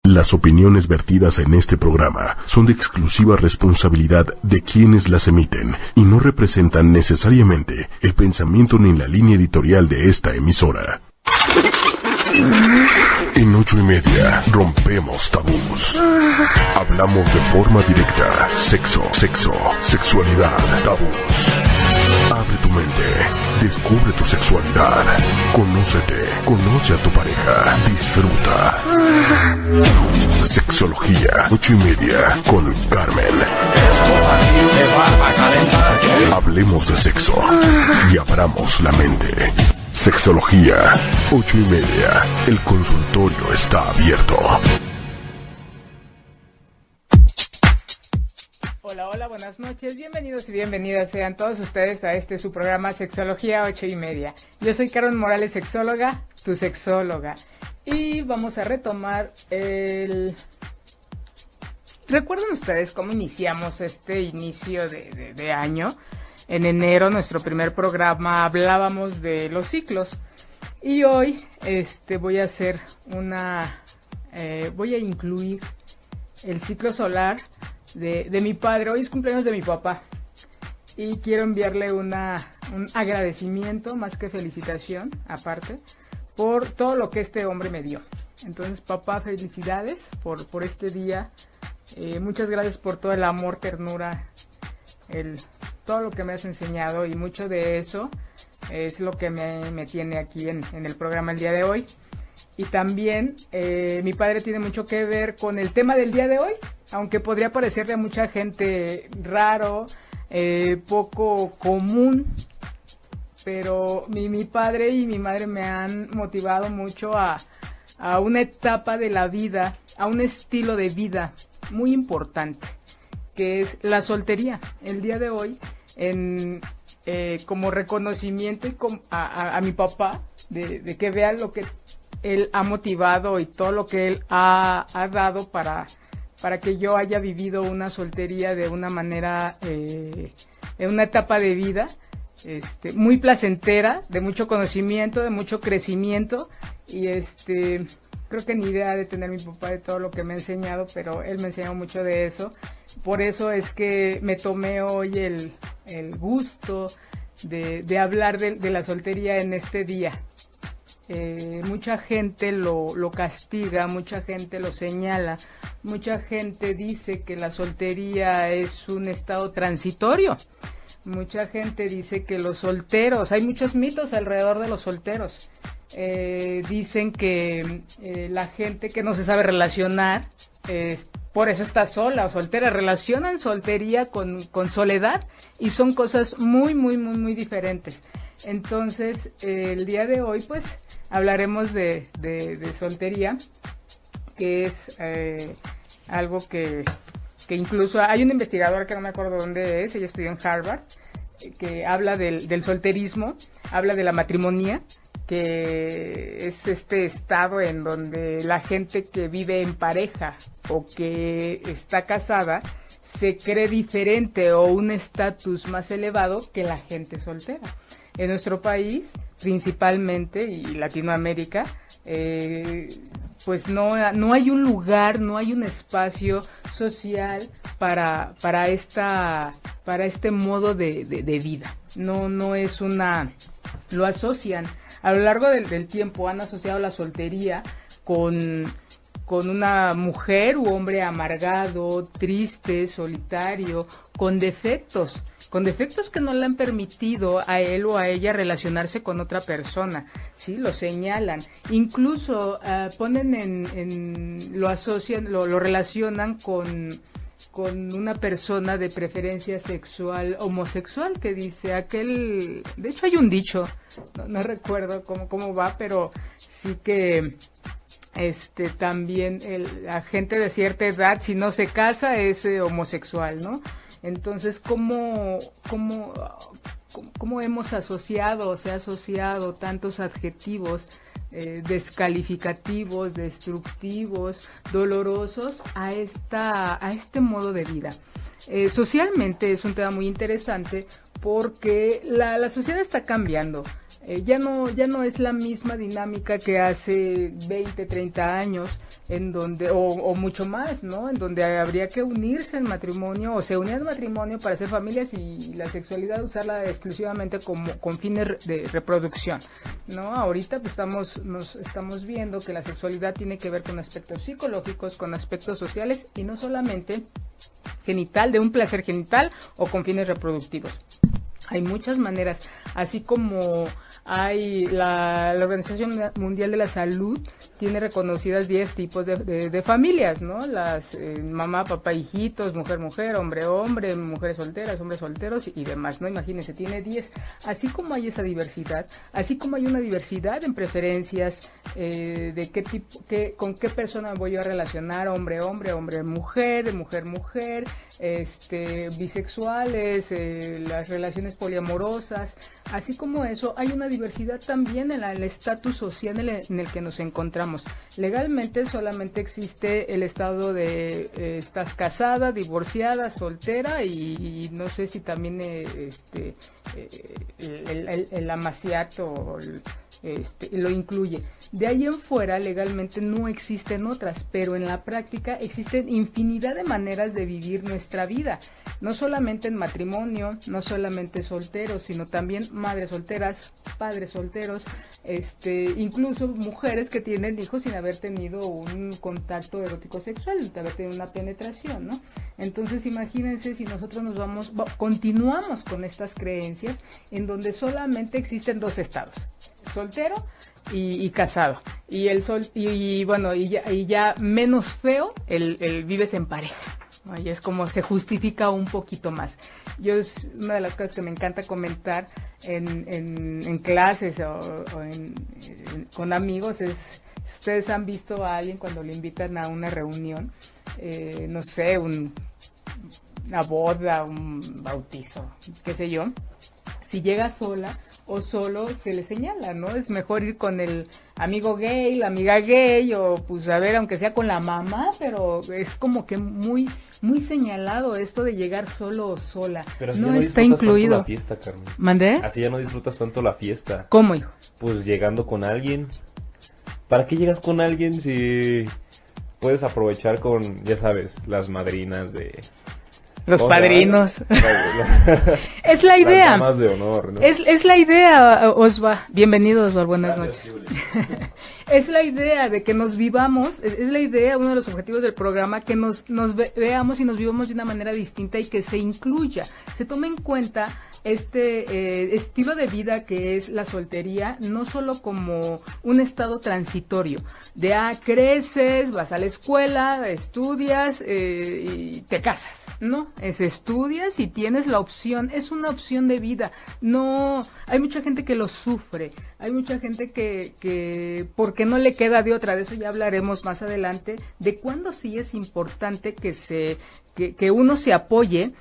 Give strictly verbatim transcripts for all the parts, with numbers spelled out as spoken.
Las opiniones vertidas en este programa son de exclusiva responsabilidad de quienes las emiten y no representan necesariamente el pensamiento ni la línea editorial de esta emisora. En ocho y media rompemos tabús. Hablamos de forma directa. Sexo, sexo, sexualidad, tabús. Abre tu mente, descubre tu sexualidad, conócete, conoce a tu pareja, disfruta. Sexología, ocho y media, con Carmen. Hablemos de sexo y abramos la mente. Sexología, ocho y media, el consultorio está abierto. Hola, hola, buenas noches, bienvenidos y bienvenidas sean todos ustedes a este su programa Sexología ocho y media. Yo soy Carmen Morales, sexóloga, tu sexóloga, y vamos a retomar el... ¿Recuerdan ustedes cómo iniciamos este inicio de, de, de año? En enero, nuestro primer programa, hablábamos de los ciclos, y hoy este voy a hacer una... Eh, voy a incluir el ciclo solar De, de mi padre. Hoy es cumpleaños de mi papá y quiero enviarle una, un agradecimiento más que felicitación, aparte, por todo lo que este hombre me dio. Entonces, papá, felicidades por, por este día. Eh, muchas gracias por todo el amor, ternura, el, todo lo que me has enseñado, y mucho de eso es lo que me, me tiene aquí en, en el programa el día de hoy. Y también eh, mi padre tiene mucho que ver con el tema del día de hoy, aunque podría parecerle a mucha gente raro, eh, poco común, pero mi, mi padre y mi madre me han motivado mucho a, a una etapa de la vida, a un estilo de vida muy importante, que es la soltería. El día de hoy, en, eh, como reconocimiento y com, a, a, a mi papá, de, de que vea lo que él ha motivado y todo lo que él ha, ha dado para, para que yo haya vivido una soltería de una manera, eh, en una etapa de vida este, muy placentera, de mucho conocimiento, de mucho crecimiento, y este creo que ni idea de tener mi papá de todo lo que me ha enseñado, pero él me enseñó mucho de eso. Por eso es que me tomé hoy el, el gusto de, de hablar de, de la soltería en este día. Eh, mucha gente lo, lo castiga, mucha gente lo señala, mucha gente dice que la soltería es un estado transitorio, mucha gente dice que los solteros, hay muchos mitos alrededor de los solteros, eh, dicen que eh, la gente que no se sabe relacionar, eh, por eso está sola o soltera, relacionan soltería con, con soledad, y son cosas muy, muy, muy, muy diferentes. Entonces, eh, el día de hoy, pues, hablaremos de, de, de soltería, que es eh, algo que, que incluso hay un investigador que no me acuerdo dónde es, ella estudió en Harvard, que habla del, del solterismo, habla de la matrimonía, que es este estado en donde la gente que vive en pareja o que está casada se cree diferente o un estatus más elevado que la gente soltera. En nuestro país, principalmente, y Latinoamérica, eh, pues no, no hay un lugar, no hay un espacio social para, para esta, para este modo de, de, de vida. No, no es una, lo asocian, a lo largo del, del tiempo han asociado la soltería con, con una mujer u hombre amargado, triste, solitario, con defectos. con defectos que no le han permitido a él o a ella relacionarse con otra persona, ¿sí? Lo señalan, incluso uh, ponen en, en, lo asocian, lo, lo relacionan con, con una persona de preferencia sexual homosexual, que dice aquel, de hecho hay un dicho, no, no recuerdo cómo, cómo va, pero sí que este también el, la gente de cierta edad, si no se casa, es eh, homosexual, ¿no? Entonces, ¿cómo, cómo, cómo hemos asociado, se ha asociado tantos adjetivos eh, descalificativos, destructivos, dolorosos a esta, a este modo de vida? Eh, socialmente es un tema muy interesante porque la, la sociedad está cambiando. Eh, ya no, ya no es la misma dinámica que hace veinte, treinta años. en donde, o, o mucho más, ¿no? En donde habría que unirse en matrimonio, o se unía en matrimonio para hacer familias y la sexualidad usarla exclusivamente como con fines de reproducción, ¿no? Ahorita pues estamos, nos estamos viendo que la sexualidad tiene que ver con aspectos psicológicos, con aspectos sociales y no solamente genital, de un placer genital o con fines reproductivos. Hay muchas maneras, así como hay la, la Organización Mundial de la Salud tiene reconocidas diez tipos de, de, de familias, ¿no? Las eh, mamá, papá, hijitos, mujer, mujer, hombre, hombre, mujeres solteras, hombres solteros y demás, ¿no? Imagínense, tiene diez. Así como hay esa diversidad, así como hay una diversidad en preferencias eh, de qué tipo, qué, con qué persona voy yo a relacionar, hombre, hombre, hombre, mujer, mujer, mujer, este, bisexuales, eh, las relaciones poliamorosas, así como eso, hay una diversidad también en la, el estatus social en el, en el que nos encontramos. Legalmente solamente existe el estado de eh, estás casada, divorciada, soltera y, y no sé si también eh, este eh, el, el, el amaciato el, este, lo incluye. De ahí en fuera legalmente no existen otras, pero en la práctica existen infinidad de maneras de vivir nuestra vida, no solamente en matrimonio, no solamente solteros, sino también madres solteras, padres solteros, este, incluso mujeres que tienen hijos sin haber tenido un contacto erótico sexual, sin haber tenido una penetración, ¿no? Entonces imagínense si nosotros nos vamos, continuamos con estas creencias en donde solamente existen dos estados, soltero y, y casado, y el sol y, y bueno y ya, y ya menos feo el, el vives en pareja. Y es como se justifica un poquito más. Yo es una de las cosas que me encanta comentar en, en, en clases o, o en, en, con amigos es, ustedes han visto a alguien cuando le invitan a una reunión, eh, no sé, un, una boda, un bautizo, qué sé yo, si llega sola o solo se le señala, ¿no? Es mejor ir con el amigo gay, la amiga gay, o pues a ver, aunque sea con la mamá, pero es como que muy muy señalado esto de llegar solo o sola. Pero así no, ya no está disfrutas incluido. tanto la fiesta, Carmen. ¿Mandé? Así ya no disfrutas tanto la fiesta. ¿Cómo, hijo? Pues llegando con alguien. ¿Para qué llegas con alguien si puedes aprovechar con, ya sabes, las madrinas de... Los padrinos. Es la idea. Las damas de honor, ¿no? Es, es la idea, Osva. Bienvenido, Osva. Buenas Gracias, noches. Es la idea de que nos vivamos, es la idea, uno de los objetivos del programa, que nos, nos ve, veamos y nos vivamos de una manera distinta y que se incluya, se tome en cuenta este eh, estilo de vida que es la soltería, no solo como un estado transitorio, de ah, creces, vas a la escuela, estudias eh, y te casas, no, es estudias y tienes la opción, es una opción de vida, no, hay mucha gente que lo sufre, hay mucha gente que, que porque no le queda de otra, de eso ya hablaremos más adelante, de cuándo sí es importante que se, que, que uno se apoye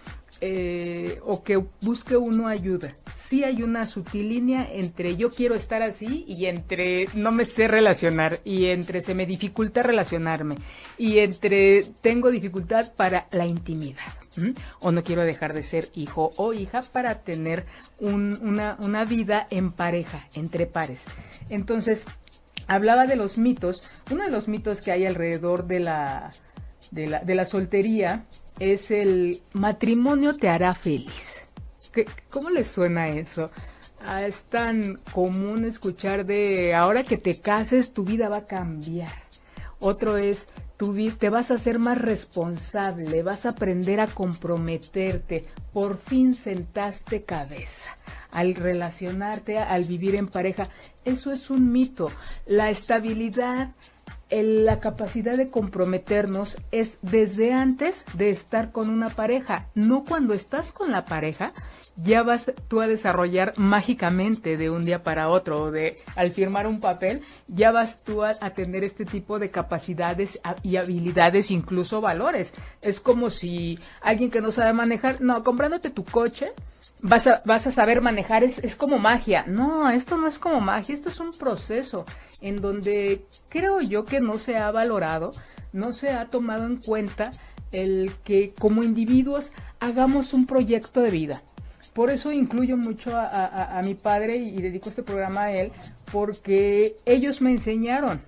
eh, o que busque uno ayuda. Sí hay una sutil línea entre yo quiero estar así y entre no me sé relacionar y entre se me dificulta relacionarme y entre tengo dificultad para la intimidad. ¿Mm? O no quiero dejar de ser hijo o hija para tener un, una, una vida en pareja, entre pares. Entonces, hablaba de los mitos. Uno de los mitos que hay alrededor de la, de la, de la soltería es el matrimonio te hará feliz. ¿Qué, ¿Cómo les suena eso? Ah, es tan común escuchar de ahora que te cases tu vida va a cambiar. Otro es tu vida, te vas a hacer más responsable, vas a aprender a comprometerte, por fin sentaste cabeza al relacionarte, al vivir en pareja. Eso es un mito. La estabilidad, el, la capacidad de comprometernos es desde antes de estar con una pareja, no cuando estás con la pareja. Ya vas tú a desarrollar mágicamente de un día para otro, o de al firmar un papel, ya vas tú a, a tener este tipo de capacidades a, y habilidades, incluso valores. Es como si alguien que no sabe manejar, no, comprándote tu coche, vas a, vas a saber manejar, es, es como magia. No, esto no es como magia, esto es un proceso en donde creo yo que no se ha valorado, no se ha tomado en cuenta el que como individuos hagamos un proyecto de vida. Por eso incluyo mucho a, a, a mi padre y, y dedico este programa a él, porque ellos me enseñaron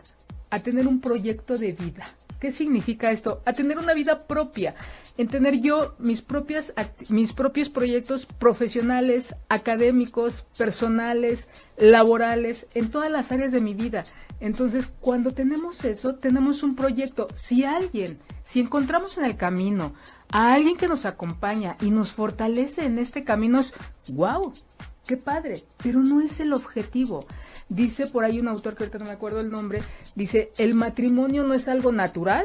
a tener un proyecto de vida. ¿Qué significa esto? A tener una vida propia, en tener yo mis propias mis propios proyectos profesionales, académicos, personales, laborales, en todas las áreas de mi vida. Entonces, cuando tenemos eso, tenemos un proyecto. Si alguien, si encontramos en el camino a alguien que nos acompaña y nos fortalece en este camino, es ¡wow! ¡Qué padre! Pero no es el objetivo. Dice por ahí un autor que ahorita no me acuerdo el nombre, dice, el matrimonio no es algo natural,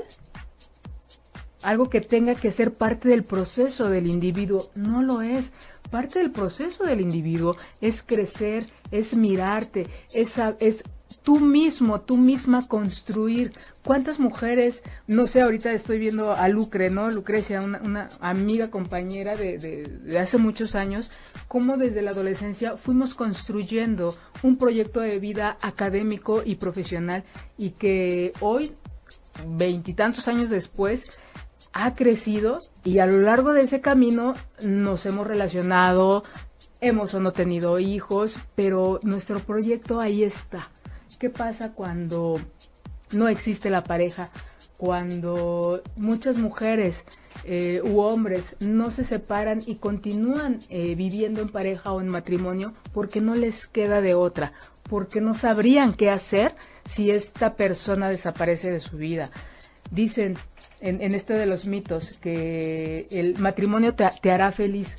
algo que tenga que ser parte del proceso del individuo. No lo es. Parte del proceso del individuo es crecer, es mirarte, es, es tú mismo, tú misma construir. ¿Cuántas mujeres, no sé, ahorita estoy viendo a Lucre, ¿no? Lucrecia, una, una amiga, compañera de, de, de hace muchos años, cómo desde la adolescencia fuimos construyendo un proyecto de vida académico y profesional y que hoy, veintitantos años después, ha crecido y a lo largo de ese camino nos hemos relacionado, hemos o no tenido hijos, pero nuestro proyecto ahí está. ¿Qué pasa cuando no existe la pareja? Cuando muchas mujeres eh, u hombres no se separan y continúan eh, viviendo en pareja o en matrimonio porque no les queda de otra, porque no sabrían qué hacer si esta persona desaparece de su vida. Dicen en, en este de los mitos que el matrimonio te, te hará feliz.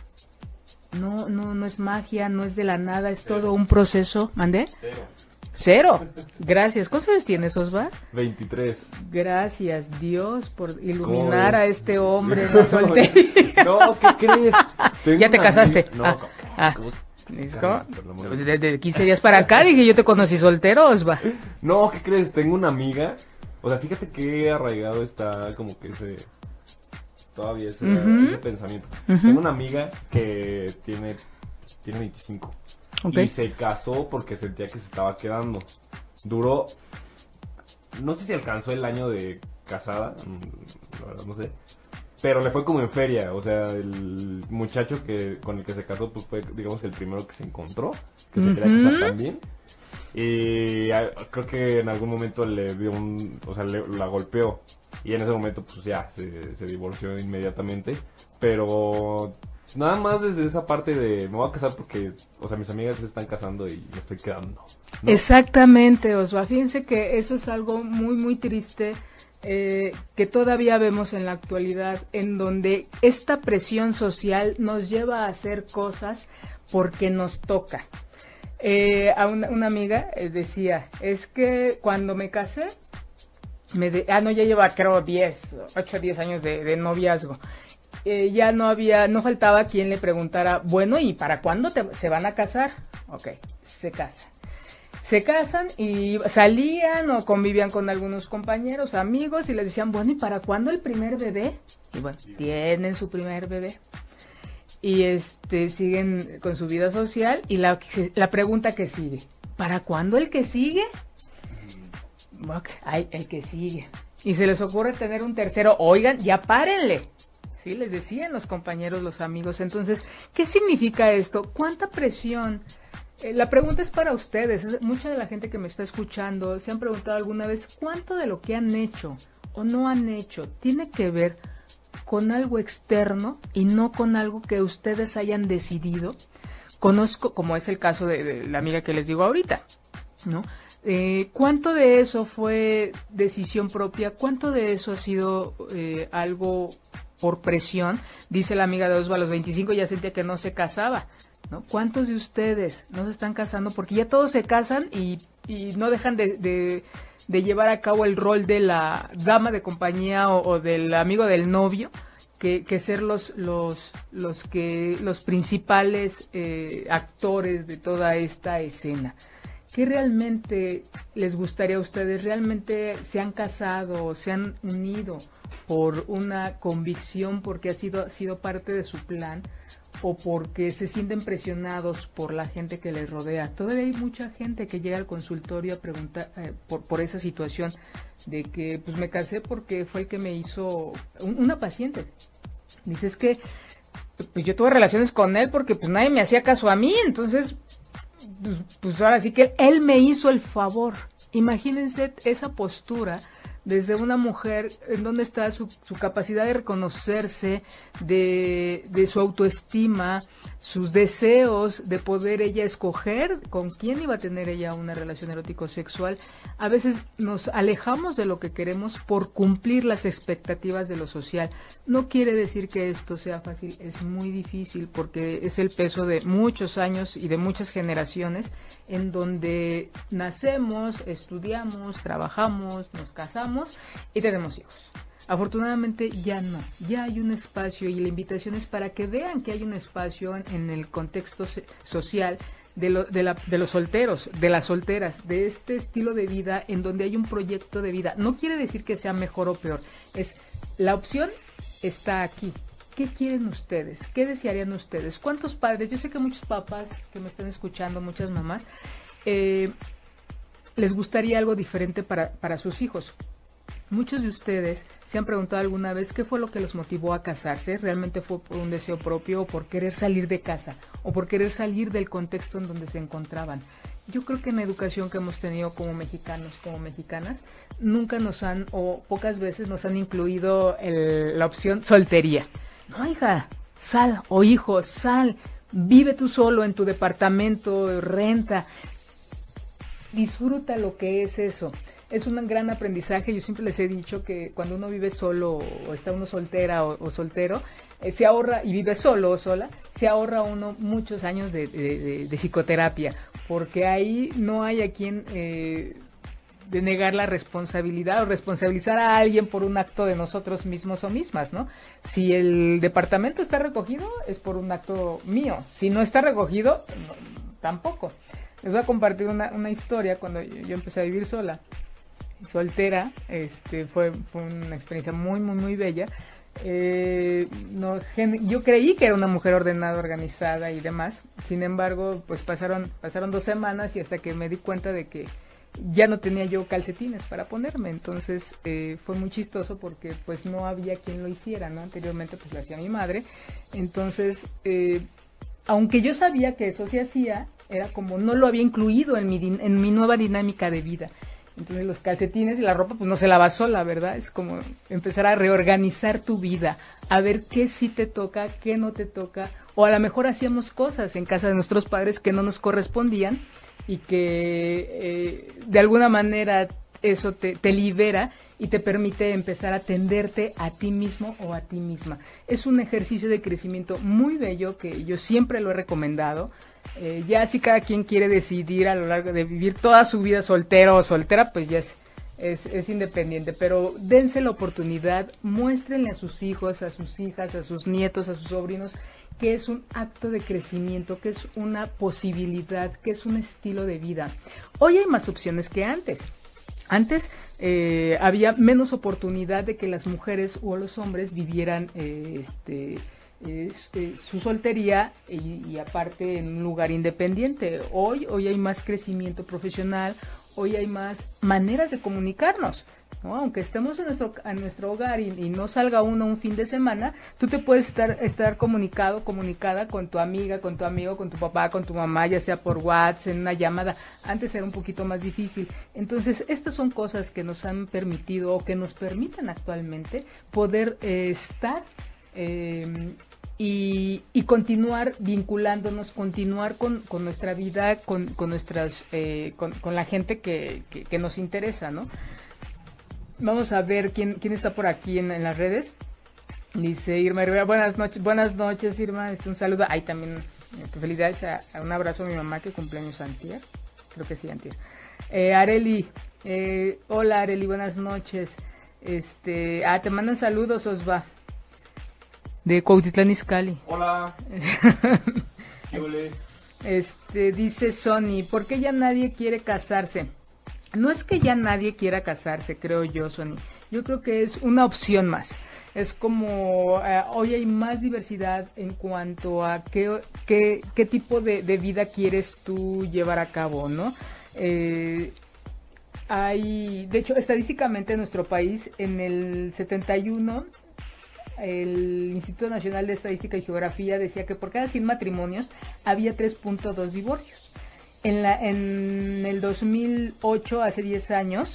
No, no, no es magia, no es de la nada, es Cero. Todo un proceso. ¿Mandé? Cero. Cero. Gracias. ¿Cuántos años tienes, Osva? veintitrés. Gracias, Dios, por iluminar a este hombre en la soltería. No, ¿qué crees? Tengo ¿Ya te casaste? No, ah, ¿cómo? ah. ¿Cómo? De, de quince días para acá dije yo te conocí soltero, Osva. No, ¿qué crees? Tengo una amiga. O sea, fíjate qué arraigado está como que ese... Todavía ese, uh-huh. ese pensamiento. Uh-huh. Tengo una amiga que tiene, tiene veinticinco. Okay. Y se casó porque sentía que se estaba quedando. Duró... No sé si alcanzó el año de casada. La verdad no sé. Pero le fue como en feria. O sea, el muchacho que con el que se casó pues fue, digamos, el primero que se encontró. Que uh-huh. se quería casar también. Y creo que en algún momento le dio un... O sea, le, la golpeó. Y en ese momento, pues ya, se, se divorció inmediatamente. Pero nada más desde esa parte de... Me voy a casar porque, o sea, mis amigas se están casando y me estoy quedando, ¿no? Exactamente, Osva. Fíjense que eso es algo muy, muy triste. Eh, que todavía vemos en la actualidad, en donde esta presión social nos lleva a hacer cosas porque nos toca. Eh, a una, una amiga eh, decía, es que cuando me casé, me de, ah no, ya lleva creo diez, ocho, diez años de, de noviazgo, eh, ya no había, no faltaba quien le preguntara, bueno, ¿y para cuándo te, se van a casar? Ok, se casan. Se casan y salían o convivían con algunos compañeros, amigos, y les decían, bueno, ¿y para cuándo el primer bebé? Y bueno, tienen su primer bebé. Y este siguen con su vida social y la, la pregunta que sigue, ¿para cuándo el que sigue? Okay, ay, el que sigue. Y se les ocurre tener un tercero, oigan, ya párenle. Sí, les decían los compañeros, los amigos. Entonces, ¿qué significa esto? ¿Cuánta presión? Eh, la pregunta es para ustedes. Mucha de la gente que me está escuchando se han preguntado alguna vez, ¿cuánto de lo que han hecho o no han hecho tiene que ver con algo externo y no con algo que ustedes hayan decidido? Conozco, como es el caso de, de la amiga que les digo ahorita, ¿no? Eh, ¿Cuánto de eso fue decisión propia? ¿Cuánto de eso ha sido eh, algo por presión? Dice la amiga de Osva, a los veinticinco ya sentía que no se casaba, ¿no? ¿Cuántos de ustedes no se están casando? Porque ya todos se casan y, y no dejan de... de de llevar a cabo el rol de la dama de compañía o, o del amigo del novio, que, que ser los los los que los principales eh, actores de toda esta escena. ¿Qué realmente les gustaría a ustedes? ¿Realmente se han casado o se han unido por una convicción, porque ha sido, sido parte de su plan, o porque se sienten presionados por la gente que les rodea? Todavía hay mucha gente que llega al consultorio a preguntar eh, por, por esa situación de que pues me casé porque fue el que me hizo, un, una paciente dice, es que pues yo tuve relaciones con él porque pues nadie me hacía caso a mí, entonces pues, pues ahora sí que él me hizo el favor. Imagínense esa postura desde una mujer, en donde está su, su capacidad de reconocerse, de, de su autoestima, sus deseos de poder ella escoger con quién iba a tener ella una relación erótico-sexual. A veces nos alejamos de lo que queremos por cumplir las expectativas de lo social. No quiere decir que esto sea fácil, es muy difícil porque es el peso de muchos años y de muchas generaciones en donde nacemos, estudiamos, trabajamos, nos casamos y tenemos hijos. Afortunadamente ya no, ya hay un espacio y la invitación es para que vean que hay un espacio en, en el contexto se, social de, lo, de, la, de los solteros, de las solteras, de este estilo de vida en donde hay un proyecto de vida. No quiere decir que sea mejor o peor, es la opción está aquí. ¿Qué quieren ustedes? ¿Qué desearían ustedes? ¿Cuántos padres? Yo sé que muchos papás que me están escuchando, muchas mamás, eh, les gustaría algo diferente para, para sus hijos. Muchos de ustedes se han preguntado alguna vez qué fue lo que los motivó a casarse. ¿Realmente fue por un deseo propio o por querer salir de casa o por querer salir del contexto en donde se encontraban? Yo creo que en la educación que hemos tenido como mexicanos, como mexicanas, nunca nos han o pocas veces nos han incluido el, la opción soltería. No, hija, sal, o hijo, sal, vive tú solo en tu departamento, renta, disfruta lo que es eso. Es un gran aprendizaje. Yo siempre les he dicho que cuando uno vive solo o está uno soltera o, o soltero, eh, se ahorra, y vive solo o sola, se ahorra uno muchos años de, de, de, de psicoterapia, porque ahí no hay a quien eh, denegar la responsabilidad o responsabilizar a alguien por un acto de nosotros mismos o mismas, ¿no? Si el departamento está recogido, es por un acto mío. Si no está recogido, no, tampoco. Les voy a compartir una, una historia cuando yo, yo empecé a vivir sola. Soltera, este fue, fue una experiencia muy, muy, muy bella. Eh, no, gen, yo creí que era una mujer ordenada, organizada y demás. Sin embargo, pues pasaron, pasaron dos semanas y hasta que me di cuenta de que ya no tenía yo calcetines para ponerme. Entonces eh, fue muy chistoso porque pues no había quien lo hiciera, ¿no? Anteriormente pues lo hacía mi madre. Entonces, eh, aunque yo sabía que eso se hacía, era como no lo había incluido en mi, en mi nueva dinámica de vida. Entonces los calcetines y la ropa pues no se lava sola, ¿verdad? Es como empezar a reorganizar tu vida, a ver qué sí te toca, qué no te toca, o a lo mejor hacíamos cosas en casa de nuestros padres que no nos correspondían y que eh, de alguna manera eso te, te libera y te permite empezar a atenderte a ti mismo o a ti misma. Es un ejercicio de crecimiento muy bello que yo siempre lo he recomendado. Eh, ya si cada quien quiere decidir a lo largo de vivir toda su vida soltero o soltera, pues ya es, es, es independiente, pero dense la oportunidad, muéstrenle a sus hijos, a sus hijas, a sus nietos, a sus sobrinos, que es un acto de crecimiento, que es una posibilidad, que es un estilo de vida. Hoy hay más opciones que antes. Antes eh, había menos oportunidad de que las mujeres o los hombres vivieran eh, este Este, su soltería y, y aparte en un lugar independiente. Hoy, hoy hay más crecimiento profesional, hoy hay más maneras de comunicarnos, ¿no? Aunque estemos en nuestro, en nuestro hogar y, y no salga uno un fin de semana, tú te puedes estar, estar comunicado, comunicada con tu amiga, con tu amigo, con tu papá, con tu mamá, ya sea por WhatsApp, en una llamada. Antes era un poquito más difícil. Entonces, estas son cosas que nos han permitido o que nos permiten actualmente poder eh, estar eh, Y, y continuar vinculándonos, continuar con, con nuestra vida, con, con nuestras, eh, con, con la gente que, que, que nos interesa, ¿no? Vamos a ver quién, quién está por aquí en, en las redes. Dice Irma Rivera, buenas noches, buenas noches Irma, este, un saludo. Ay, también eh, felicidades, a, a un abrazo a mi mamá que cumpleaños antier, creo que sí, antier. Eh, Areli, eh, hola Areli, buenas noches. Este, ah, te mandan saludos, Osva. De Cuautitlán Izcalli. Hola. ¿Qué ole? Este, dice Sony, ¿por qué ya nadie quiere casarse? No es que ya nadie quiera casarse, creo yo, Sony. Yo creo que es una opción más. Es como, eh, hoy hay más diversidad en cuanto a qué, qué, qué tipo de, de vida quieres tú llevar a cabo, ¿no? Eh, hay, de hecho, estadísticamente en nuestro país, en el setenta y uno... el Instituto Nacional de Estadística y Geografía decía que por cada cien matrimonios había tres punto dos divorcios. en, la, en el dos mil ocho, hace diez años,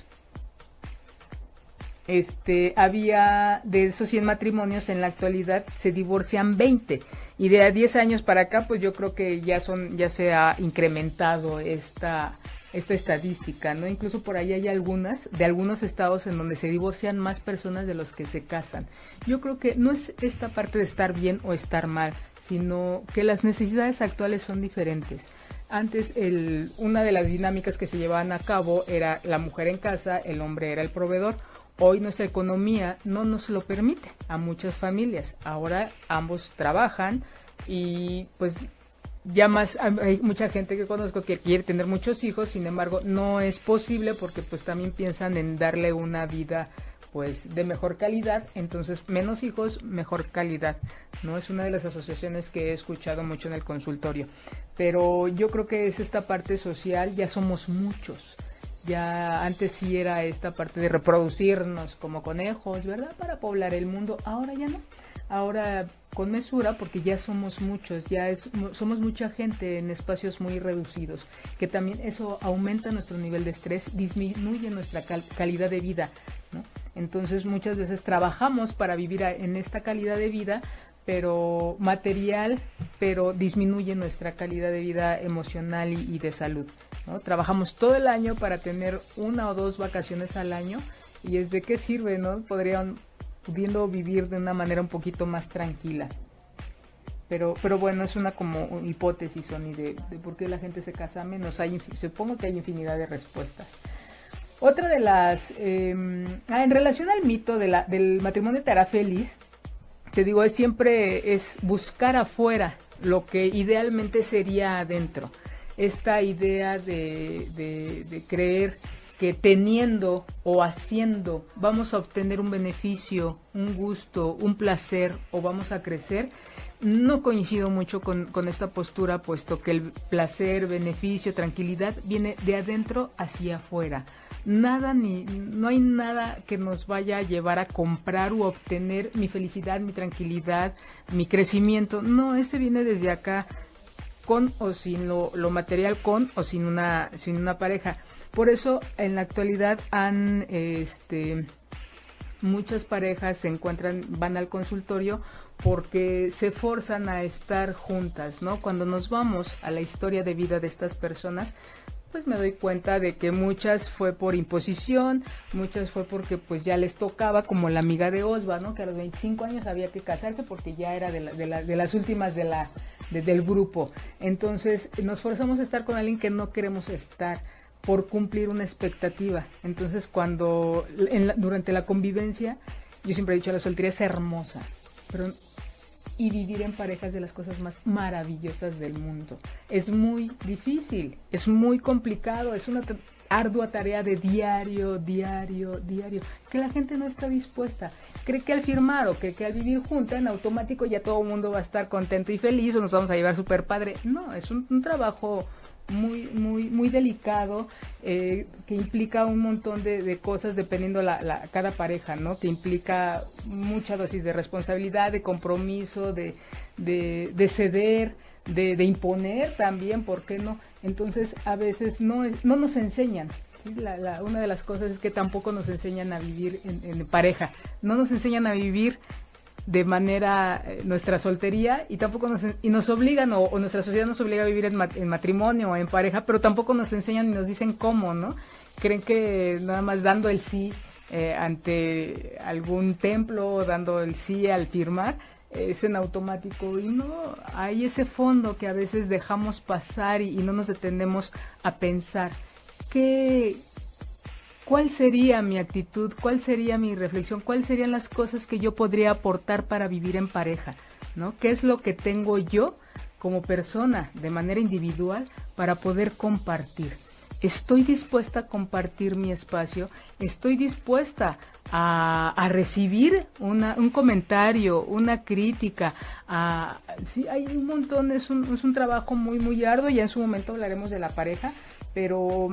este, había de esos cien matrimonios, en la actualidad se divorcian veinte, y de a diez años para acá, pues yo creo que ya son, ya se ha incrementado esta, esta estadística, ¿no? Incluso por ahí hay algunas, de algunos estados en donde se divorcian más personas de los que se casan. Yo creo que no es esta parte de estar bien o estar mal, sino que las necesidades actuales son diferentes. Antes, el, una de las dinámicas que se llevaban a cabo era la mujer en casa, el hombre era el proveedor. Hoy nuestra economía no nos lo permite a muchas familias. Ahora ambos trabajan y pues ya más hay mucha gente que conozco que quiere tener muchos hijos, sin embargo no es posible porque pues también piensan en darle una vida pues de mejor calidad, entonces menos hijos, mejor calidad, ¿no? Es una de las asociaciones que he escuchado mucho en el consultorio. Pero yo creo que es esta parte social, ya somos muchos. Ya antes sí era esta parte de reproducirnos como conejos, ¿verdad? Para poblar el mundo. Ahora ya no. Ahora con mesura, porque ya somos muchos, ya es, somos mucha gente en espacios muy reducidos, que también eso aumenta nuestro nivel de estrés, disminuye nuestra cal- calidad de vida, ¿no? Entonces muchas veces trabajamos para vivir a, en esta calidad de vida, pero material, pero disminuye nuestra calidad de vida emocional y, y de salud, ¿no? Trabajamos todo el año para tener una o dos vacaciones al año, y es de qué sirve, ¿no? Podrían, pudiendo vivir de una manera un poquito más tranquila. Pero, pero bueno, es una como hipótesis, Sony, de, de por qué la gente se casa menos. Hay, supongo que hay infinidad de respuestas. Otra de las, eh, ah, en relación al mito de la, del matrimonio te hará feliz, te digo, es siempre es buscar afuera lo que idealmente sería adentro. Esta idea de, de, de creer que teniendo o haciendo vamos a obtener un beneficio, un gusto, un placer o vamos a crecer, no coincido mucho con, con esta postura, puesto que el placer, beneficio, tranquilidad viene de adentro hacia afuera. Nada ni no hay nada que nos vaya a llevar a comprar u obtener mi felicidad, mi tranquilidad, mi crecimiento. No, este viene desde acá, con o sin lo, lo material, con o sin una sin una pareja. Por eso en la actualidad han este muchas parejas se encuentran, van al consultorio porque se forzan a estar juntas, ¿no? Cuando nos vamos a la historia de vida de estas personas, pues me doy cuenta de que muchas fue por imposición, muchas fue porque pues ya les tocaba, como la amiga de Osva, ¿no? Que a los veinticinco años había que casarse porque ya era de, la, de, la, de las últimas de la, de, del grupo. Entonces nos forzamos a estar con alguien que no queremos estar por cumplir una expectativa. Entonces cuando en la, durante la convivencia, yo siempre he dicho, la soltería es hermosa, pero y vivir en pareja es de las cosas más maravillosas del mundo. Es muy difícil, es muy complicado, es una t- ardua tarea de diario, diario, diario, que la gente no está dispuesta. Cree que al firmar o que, que al vivir junta, en automático ya todo el mundo va a estar contento y feliz o nos vamos a llevar súper padre. No, es un, un trabajo muy muy muy delicado, eh, que implica un montón de, de cosas dependiendo la, la cada pareja, ¿no? Que implica mucha dosis de responsabilidad, de compromiso, de de, de ceder, de, de imponer también, ¿por qué no? Entonces a veces no es, no nos enseñan. ¿Sí? La, la, una de las cosas es que tampoco nos enseñan a vivir en, en pareja, no nos enseñan a vivir de manera eh, nuestra soltería, y tampoco nos y nos obligan o, o nuestra sociedad nos obliga a vivir en, mat, en matrimonio o en pareja, pero tampoco nos enseñan ni nos dicen cómo, ¿no? Creen que nada más dando el sí eh, ante algún templo, dando el sí al firmar, eh, es en automático, y no, hay ese fondo que a veces dejamos pasar y, y no nos detenemos a pensar qué ¿cuál sería mi actitud? ¿Cuál sería mi reflexión? ¿Cuáles serían las cosas que yo podría aportar para vivir en pareja? ¿No? ¿Qué es lo que tengo yo como persona de manera individual para poder compartir? ¿Estoy dispuesta a compartir mi espacio? ¿Estoy dispuesta a, a recibir una, un comentario, una crítica? A, sí, hay un montón, es un, es un trabajo muy, muy arduo. Ya en su momento hablaremos de la pareja, pero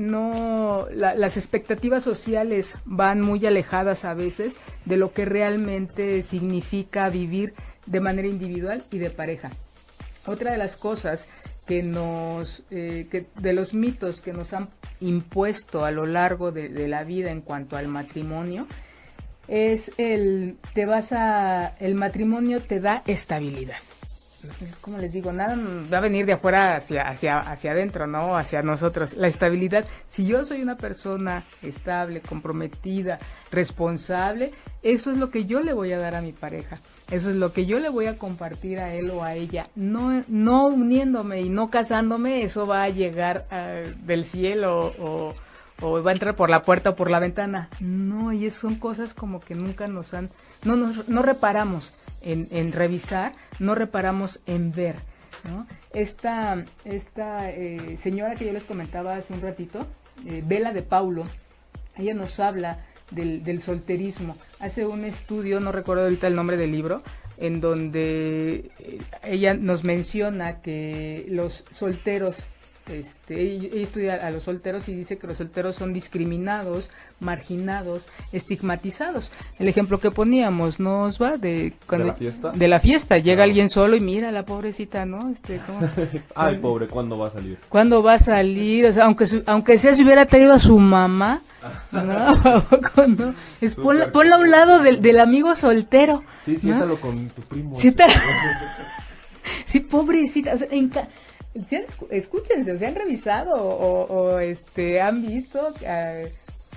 no, la, las expectativas sociales van muy alejadas a veces de lo que realmente significa vivir de manera individual y de pareja. Otra de las cosas que nos, eh, que de los mitos que nos han impuesto a lo largo de, de la vida en cuanto al matrimonio, es el, te vas a, el matrimonio te da estabilidad. Como les digo, nada va a venir de afuera hacia, hacia, hacia adentro, ¿no? Hacia nosotros. La estabilidad, si yo soy una persona estable, comprometida, responsable, eso es lo que yo le voy a dar a mi pareja. Eso es lo que yo le voy a compartir a él o a ella. No, no uniéndome y no casándome, eso va a llegar uh, del cielo o, o va a entrar por la puerta o por la ventana. No, y son cosas como que nunca nos han, no nos, no reparamos en, en revisar, no reparamos en ver, ¿no? Esta, esta eh, señora que yo les comentaba hace un ratito, eh, Vela de Paulo, ella nos habla del, del solterismo. Hace un estudio, no recuerdo ahorita el nombre del libro, en donde eh, ella nos menciona que los solteros, este, ella, ella estudia a los solteros y dice que los solteros son discriminados, marginados, estigmatizados. El ejemplo que poníamos, ¿no, Osva? De, cuando, ¿De la fiesta? De la fiesta, llega Claro. Alguien solo y mira la pobrecita, ¿no? Este, ¿cómo? Ay, pobre, ¿cuándo va a salir? ¿Cuándo va a salir? O sea, aunque su, aunque sea si hubiera traído a su mamá, ¿no? ¿A poco no? Es ponla, ponla a un lado del, del amigo soltero. Sí, ¿no? siéntalo con tu primo. Siéntalo. Sí, pobrecita. O sea, en ca- ¿sí han, escúchense, o sea, han revisado o, o este han visto uh,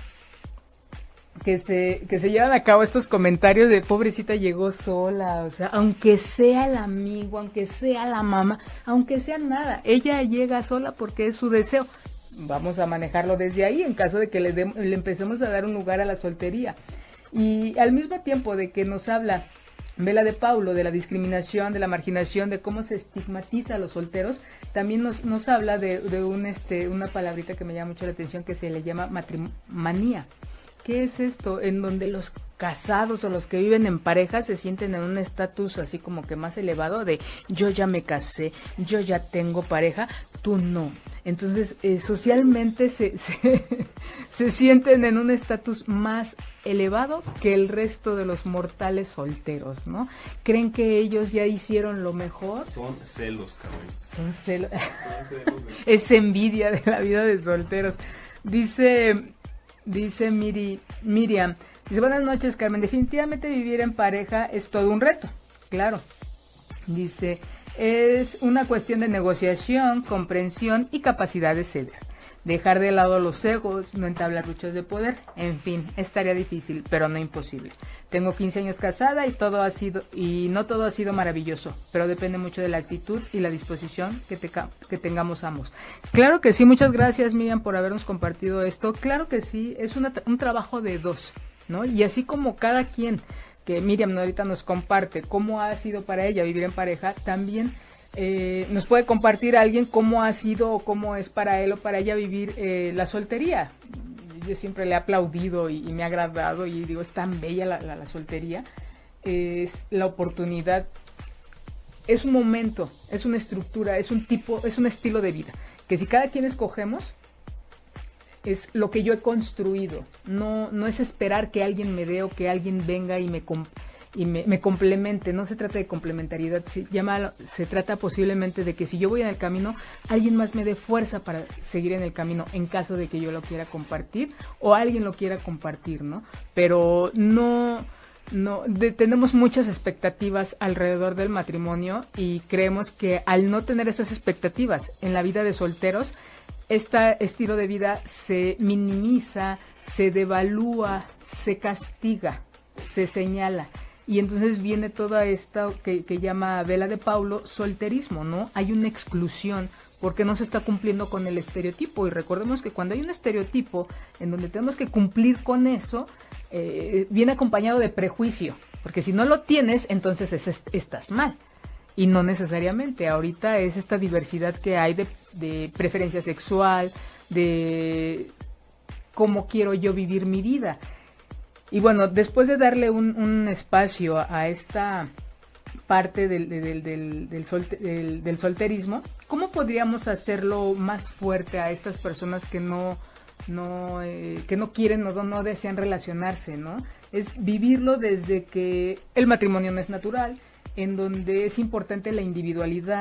que se que se llevan a cabo estos comentarios de pobrecita llegó sola, o sea, aunque sea el amigo, aunque sea la mamá, aunque sea nada, ella llega sola porque es su deseo. Vamos a manejarlo desde ahí en caso de que le, de, le empecemos a dar un lugar a la soltería. Y al mismo tiempo de que nos habla Vela de Paulo de la discriminación, de la marginación, de cómo se estigmatiza a los solteros, también nos, nos habla de, de un, este, una palabrita que me llama mucho la atención que se le llama matrimanía. ¿Qué es esto? En donde los casados o los que viven en pareja se sienten en un estatus así como que más elevado de yo ya me casé, yo ya tengo pareja, tú no. Entonces, eh, socialmente se, se, se sienten en un estatus más elevado que el resto de los mortales solteros, ¿no? Creen que ellos ya hicieron lo mejor. Son celos, cabrón. Son celos. Son celos. Es envidia de la vida de solteros. Dice, dice Miri, Miriam, dice, buenas noches, Carmen. Definitivamente vivir en pareja es todo un reto, claro. Dice, es una cuestión de negociación, comprensión y capacidad de ceder. Dejar de lado los egos, no entablar luchas de poder, en fin, es tarea difícil, pero no imposible. Tengo quince años casada y todo ha sido y no todo ha sido maravilloso, pero depende mucho de la actitud y la disposición que, te, que tengamos ambos. Claro que sí, muchas gracias, Miriam, por habernos compartido esto. Claro que sí, es una, un trabajo de dos, ¿no? Y así como cada quien, que Miriam ahorita nos comparte cómo ha sido para ella vivir en pareja, también eh, nos puede compartir a alguien cómo ha sido o cómo es para él o para ella vivir eh, la soltería. Yo siempre le he aplaudido y, y me ha agradado y digo, es tan bella la, la, la soltería, es la oportunidad, es un momento, es una estructura, es un tipo, es un estilo de vida, que si cada quien escogemos, es lo que yo he construido, no, no es esperar que alguien me dé o que alguien venga y me y me, me complemente, no se trata de complementariedad, se, llama, se trata posiblemente de que si yo voy en el camino, alguien más me dé fuerza para seguir en el camino en caso de que yo lo quiera compartir o alguien lo quiera compartir, ¿no? Pero no, no de, tenemos muchas expectativas alrededor del matrimonio y creemos que al no tener esas expectativas en la vida de solteros, este estilo de vida se minimiza, se devalúa, se castiga, se señala. Y entonces viene toda esta que, que llama Vela de Paulo solterismo, ¿no? Hay una exclusión porque no se está cumpliendo con el estereotipo. Y recordemos que cuando hay un estereotipo en donde tenemos que cumplir con eso, eh, viene acompañado de prejuicio. Porque si no lo tienes, entonces es, estás mal. Y no necesariamente. Ahorita es esta diversidad que hay de, de preferencia sexual, de cómo quiero yo vivir mi vida. Y bueno, después de darle un, un espacio a, a esta parte del, del, del, del, solte, del, del solterismo, ¿cómo podríamos hacerlo más fuerte a estas personas que no, no, eh, que no quieren o no, no desean relacionarse, ¿no? Es vivirlo desde que el matrimonio no es natural, en donde es importante la individualidad,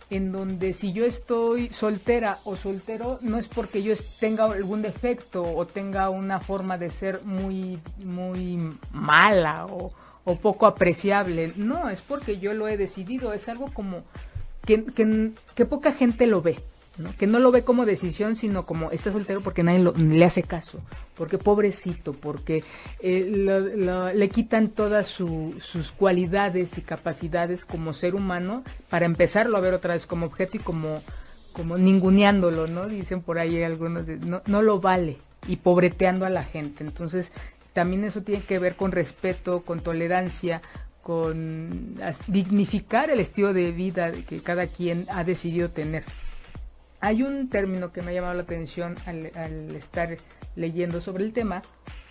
en donde si yo estoy soltera o soltero, no es porque yo tenga algún defecto o tenga una forma de ser muy, muy mala o, o poco apreciable, no, es porque yo lo he decidido, es algo como que, que, que poca gente lo ve, ¿no? Que no lo ve como decisión, sino como está soltero porque nadie lo, le hace caso, porque pobrecito, porque eh, lo, lo, le quitan todas su, sus cualidades y capacidades como ser humano, para empezarlo a ver otra vez como objeto y como, como ninguneándolo, ¿no? Dicen por ahí algunos, de, no, no lo vale, y pobreteando a la gente. Entonces también eso tiene que ver con respeto, con tolerancia, con dignificar el estilo de vida que cada quien ha decidido tener. Hay un término que me ha llamado la atención al, al estar leyendo sobre el tema,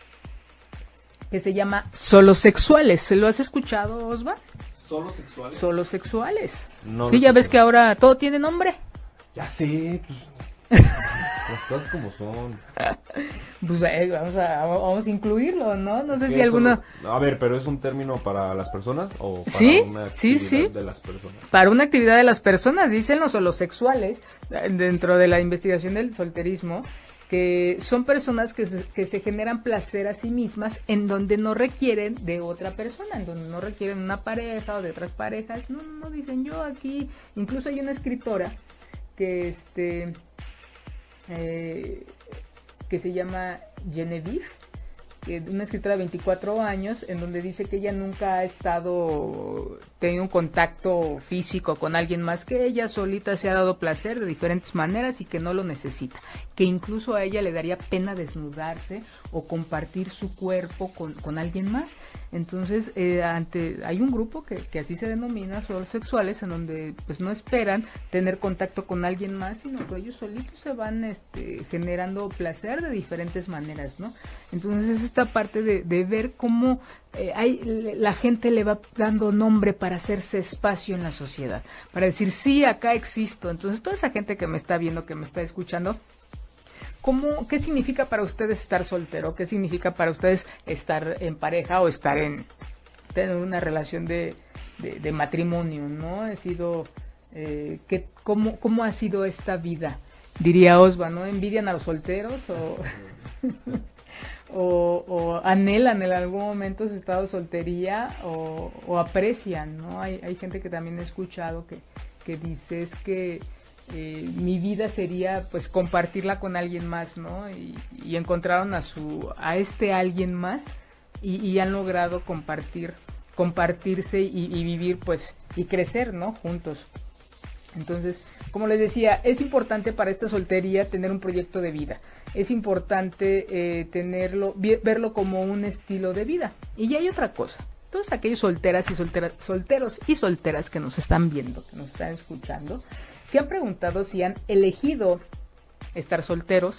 que se llama solosexuales. ¿Se lo has escuchado, Osva? ¿Solosexuales? Solosexuales. No, sí, ya ves que ahora todo tiene nombre. Ya sé, pues, las cosas como son. Pues eh, vamos, a, vamos a incluirlo, ¿no? No sé si Eso, alguno... A ver, ¿pero es un término para las personas o para ¿Sí? una actividad sí, sí. de las personas? Para una actividad de las personas, dicen los solosexuales, dentro de la investigación del solterismo, que son personas que se, que se generan placer a sí mismas en donde no requieren de otra persona, en donde no requieren una pareja o de otras parejas. No, no, dicen yo aquí, incluso hay una escritora que este eh, que se llama Genevieve, que una escritora de veinticuatro años, en donde dice que ella nunca ha estado tenido un contacto físico con alguien más que ella, solita se ha dado placer de diferentes maneras y que no lo necesita, que incluso a ella le daría pena desnudarse o compartir su cuerpo con, con alguien más. Entonces eh, ante hay un grupo que, que así se denomina solosexuales, en donde pues no esperan tener contacto con alguien más, sino que ellos solitos se van este, generando placer de diferentes maneras, ¿no? Entonces es esta parte de, de ver cómo eh, hay, la gente le va dando nombre para hacerse espacio en la sociedad, para decir, sí, acá existo. Entonces toda esa gente que me está viendo, que me está escuchando, ¿cómo, qué significa para ustedes estar soltero? ¿Qué significa para ustedes estar en pareja o estar en tener una relación de, de, de matrimonio, ¿no? Ha sido, eh, ¿qué, cómo, ¿cómo ha sido esta vida? Diría Osva, ¿no? ¿Envidian a los solteros o... O, o anhelan en algún momento su estado de soltería o, o aprecian, ¿no? Hay, hay gente que también he escuchado que, que dice es que eh, mi vida sería pues compartirla con alguien más, ¿no? Y, y encontraron a su a este alguien más y, y han logrado compartir compartirse y, y vivir pues y crecer, ¿no? Juntos. Entonces, como les decía, es importante para esta soltería tener un proyecto de vida. Es importante eh, tenerlo, verlo como un estilo de vida. Y ya hay otra cosa. Todos aquellos solteras y solteras, solteros y solteras que nos están viendo, que nos están escuchando, se han preguntado si han elegido estar solteros,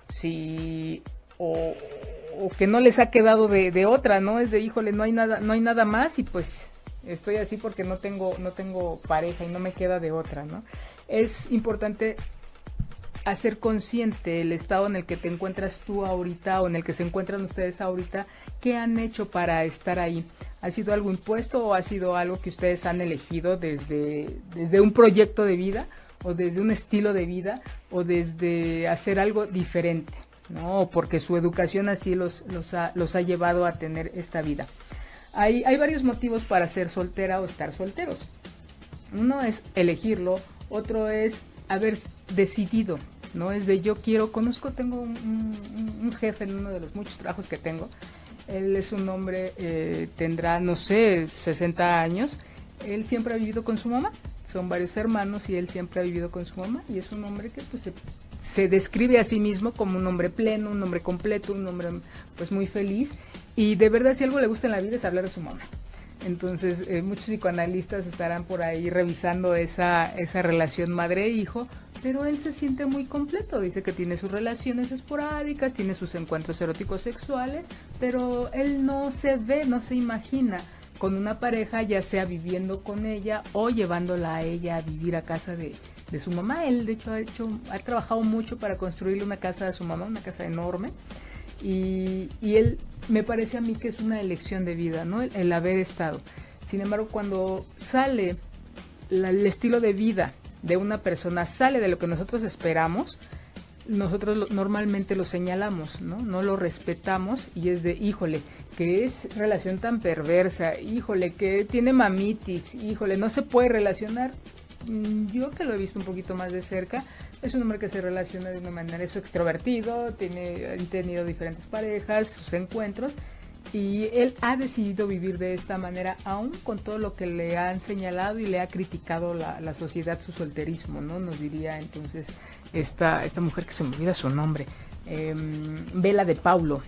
si o, o que no les ha quedado de, de otra, ¿no? Es de, híjole, no hay nada, no hay nada más y pues estoy así porque no tengo, no tengo pareja y no me queda de otra, ¿no? Es importante hacer consciente el estado en el que te encuentras tú ahorita o en el que se encuentran ustedes ahorita, qué han hecho para estar ahí. ¿Ha sido algo impuesto o ha sido algo que ustedes han elegido desde, desde un proyecto de vida o desde un estilo de vida o desde hacer algo diferente, ¿no? O porque su educación así los, los, ha, los ha llevado a tener esta vida? Hay, hay varios motivos para ser soltera o estar solteros. Uno es elegirlo, otro es haber decidido, ¿no? Es de yo quiero, conozco, tengo un, un, un jefe en uno de los muchos trabajos que tengo. Él es un hombre, eh, tendrá, no sé, sesenta años. Él siempre ha vivido con su mamá. Son varios hermanos y él siempre ha vivido con su mamá. Y es un hombre que pues se, se describe a sí mismo como un hombre pleno, un hombre completo, un hombre pues muy feliz. Y de verdad, si algo le gusta en la vida es hablar de su mamá. Entonces, eh, muchos psicoanalistas estarán por ahí revisando esa, esa relación madre-hijo, pero él se siente muy completo. Dice que tiene sus relaciones esporádicas, tiene sus encuentros eróticos sexuales, pero él no se ve, no se imagina con una pareja, ya sea viviendo con ella o llevándola a ella a vivir a casa de, de su mamá. Él, de hecho, ha hecho, ha trabajado mucho para construirle una casa a su mamá, una casa enorme. Y, y él, me parece a mí que es una elección de vida, ¿no? El, el haber estado. Sin embargo, cuando sale la, el estilo de vida de una persona sale de lo que nosotros esperamos, nosotros lo, normalmente lo señalamos, ¿no? No lo respetamos y es de, híjole, que es relación tan perversa, híjole, que tiene mamitis, híjole, no se puede relacionar. Yo que lo he visto un poquito más de cerca, es un hombre que se relaciona de una manera, es extrovertido, tiene, ha tenido diferentes parejas, sus encuentros, y él ha decidido vivir de esta manera, aún con todo lo que le han señalado y le ha criticado la, la sociedad, su solterismo, ¿no? Nos diría entonces esta, esta mujer que se me olvida su nombre, eh, Bela de Paulo.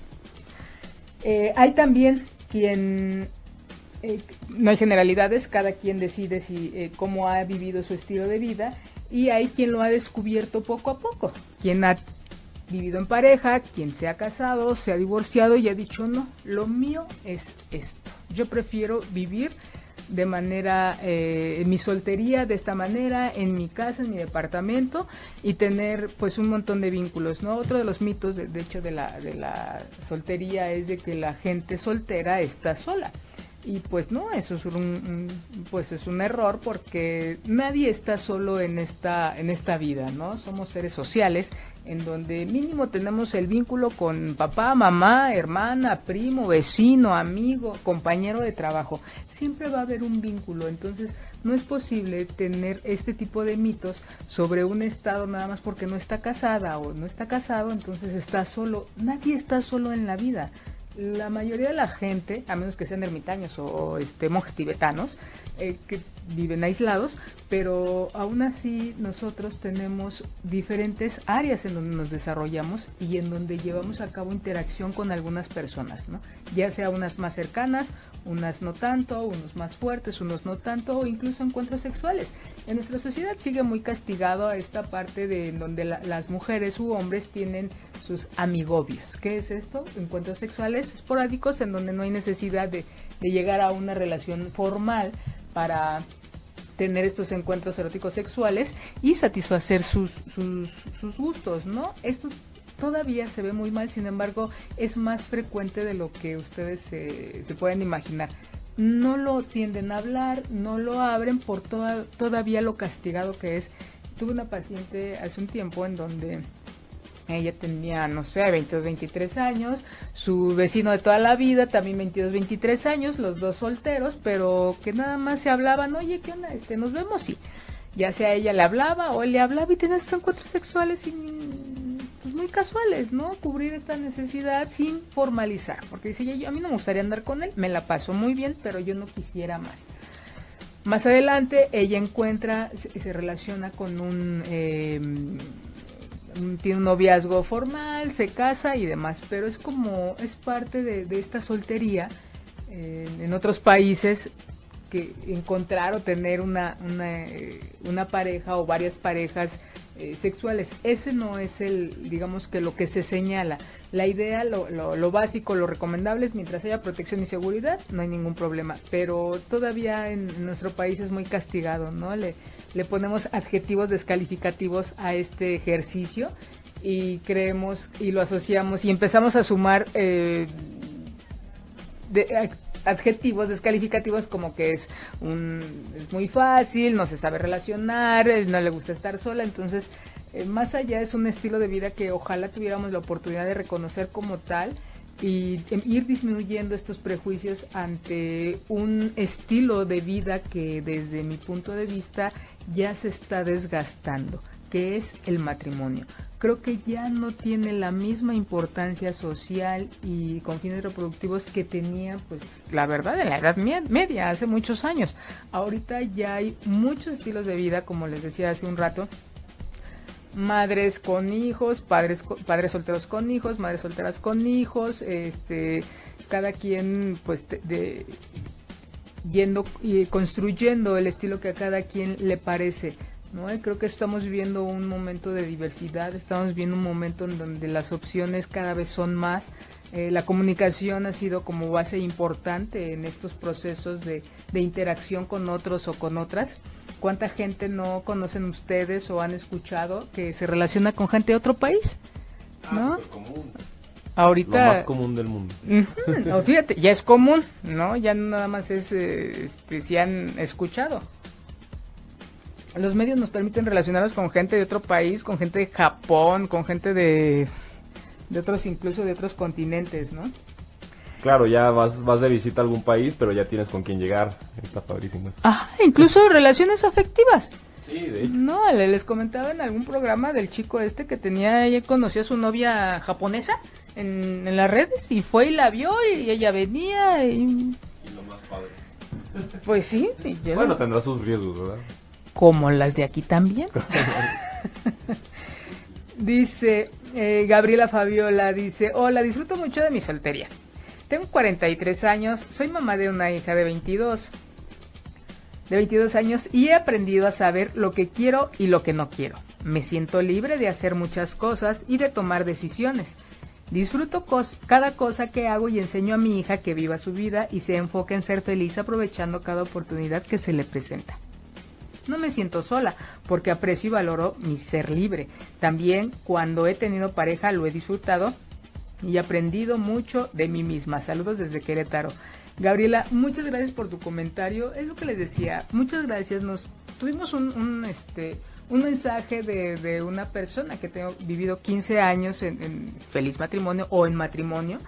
Eh, hay también quien, eh, no hay generalidades, cada quien decide si eh, cómo ha vivido su estilo de vida, y hay quien lo ha descubierto poco a poco, quien ha vivido en pareja, quien se ha casado, se ha divorciado y ha dicho, no, lo mío es esto, yo prefiero vivir de manera, eh, en mi soltería de esta manera, en mi casa, en mi departamento, y tener pues un montón de vínculos, ¿no? Otro de los mitos, de, de hecho, de la, de la soltería es de que la gente soltera está sola. Y pues no, eso es un, un pues es un error, porque nadie está solo en esta en esta vida, ¿no? Somos seres sociales en donde mínimo tenemos el vínculo con papá, mamá, hermana, primo, vecino, amigo, compañero de trabajo. Siempre va a haber un vínculo, entonces no es posible tener este tipo de mitos sobre un estado nada más porque no está casada o no está casado, entonces está solo. Nadie está solo en la vida. La mayoría de la gente, a menos que sean ermitaños o, o este, monjes tibetanos, eh, que viven aislados, pero aún así nosotros tenemos diferentes áreas en donde nos desarrollamos y en donde llevamos a cabo interacción con algunas personas, ¿no? Ya sea unas más cercanas, unas no tanto, unos más fuertes, unos no tanto, o incluso encuentros sexuales. En nuestra sociedad sigue muy castigado a esta parte de en donde la, las mujeres u hombres tienen sus amigobios. ¿Qué es esto? Encuentros sexuales esporádicos en donde no hay necesidad de, de llegar a una relación formal para tener estos encuentros eróticos sexuales y satisfacer sus, sus, sus gustos, ¿no? Esto todavía se ve muy mal, sin embargo, es más frecuente de lo que ustedes se, se pueden imaginar. No lo tienden a hablar, no lo abren por toda, todavía lo castigado que es. Tuve una paciente hace un tiempo en donde ella tenía, no sé, veintidós, veintitrés años, su vecino de toda la vida, también veintidós, veintitrés años, los dos solteros, pero que nada más se hablaban, oye, ¿qué onda? Este, nos vemos, sí. Ya sea ella le hablaba o él le hablaba y tenía sus encuentros sexuales y, pues, muy casuales, ¿no? Cubrir esta necesidad sin formalizar, porque dice, yo, a mí no me gustaría andar con él, me la paso muy bien, pero yo no quisiera más. Más adelante ella encuentra, se, se relaciona con un... Eh, tiene un noviazgo formal, se casa y demás, pero es como, es parte de, de esta soltería eh, en otros países, que encontrar o tener una, una, eh, una pareja o varias parejas eh, sexuales. Ese no es el, digamos que lo que se señala. La idea, lo, lo, lo básico, lo recomendable es mientras haya protección y seguridad, no hay ningún problema, pero todavía en nuestro país es muy castigado, ¿no? Le, le ponemos adjetivos descalificativos a este ejercicio y creemos y lo asociamos y empezamos a sumar eh, de, adjetivos descalificativos como que es un es muy fácil, no se sabe relacionar, no le gusta estar sola, entonces eh, más allá es un estilo de vida que ojalá tuviéramos la oportunidad de reconocer como tal y eh, ir disminuyendo estos prejuicios ante un estilo de vida que desde mi punto de vista ya se está desgastando, que es el matrimonio. Creo que ya no tiene la misma importancia social y con fines reproductivos que tenía, pues, la verdad, en la Edad Media, hace muchos años. Ahorita ya hay muchos estilos de vida, como les decía hace un rato, madres con hijos, padres padres solteros con hijos, madres solteras con hijos, este, cada quien, pues, de, de yendo y construyendo el estilo que a cada quien le parece, ¿no? Y creo que estamos viviendo un momento de diversidad, estamos viviendo un momento en donde las opciones cada vez son más, eh, la comunicación ha sido como base importante en estos procesos de, de interacción con otros o con otras. ¿Cuánta gente no conocen ustedes o han escuchado que se relaciona con gente de otro país? ¿No? Ah, supercomún. Ahorita, lo más común del mundo. Uh-huh, no, fíjate, ya es común, ¿no? Ya nada más es, eh, este, si han escuchado. los medios nos permiten relacionarnos con gente de otro país, con gente de Japón, con gente de, de otros, incluso de otros continentes, ¿no? Claro, ya vas, vas de visita a algún país, pero ya tienes con quién llegar. Está padrísimo. Ah, incluso relaciones afectivas. Sí, de hecho. No, les comentaba en algún programa del chico este que tenía, ella conoció a su novia japonesa en, en las redes y fue y la vio y ella venía y... Y lo más padre. Pues sí. Y yo... Bueno, tendrá sus riesgos, ¿verdad? Como las de aquí también. Dice eh, Gabriela Fabiola, dice, hola, disfruto mucho de mi soltería. Tengo cuarenta y tres años, soy mamá de una hija de veintidós. De veintidós años y he aprendido a saber lo que quiero y lo que no quiero. Me siento libre de hacer muchas cosas y de tomar decisiones. Disfruto cos- cada cosa que hago y enseño a mi hija que viva su vida y se enfoque en ser feliz aprovechando cada oportunidad que se le presenta. No me siento sola porque aprecio y valoro mi ser libre. También cuando he tenido pareja lo he disfrutado y aprendido mucho de mí misma. Saludos desde Querétaro. Gabriela, muchas gracias por tu comentario. Es lo que les decía, muchas gracias. Nos tuvimos un, un este un mensaje de, de una persona que tengo vivido quince años en, en feliz matrimonio o en matrimonio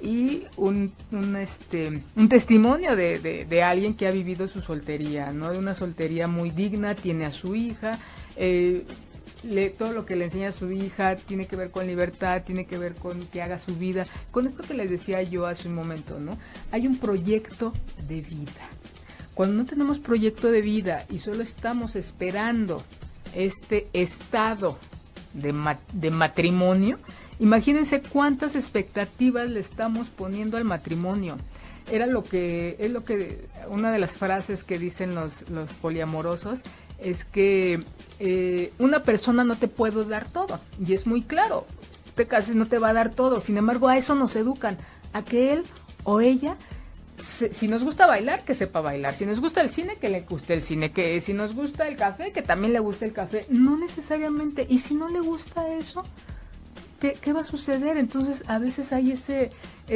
y un, un este un testimonio de, de, de alguien que ha vivido su soltería, ¿no? De una soltería muy digna, tiene a su hija, eh, Le, todo lo que le enseña a su hija tiene que ver con libertad, tiene que ver con que haga su vida, con esto que les decía yo hace un momento, ¿no? Hay un proyecto de vida. Cuando no tenemos proyecto de vida y solo estamos esperando este estado de, ma- de matrimonio, imagínense cuántas expectativas le estamos poniendo al matrimonio. Era lo que, es lo que, una de las frases que dicen los, los poliamorosos, es que eh, una persona no te puede dar todo, y es muy claro, te cases no te va a dar todo, sin embargo a eso nos educan, a que él o ella, se, si nos gusta bailar, que sepa bailar, si nos gusta el cine, que le guste el cine, que si nos gusta el café, que también le guste el café, no necesariamente, y si no le gusta eso, ¿qué, qué va a suceder? Entonces a veces hay ese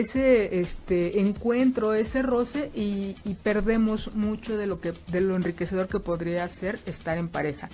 ese este encuentro, ese roce y, y perdemos mucho de lo que de lo enriquecedor que podría ser estar en pareja.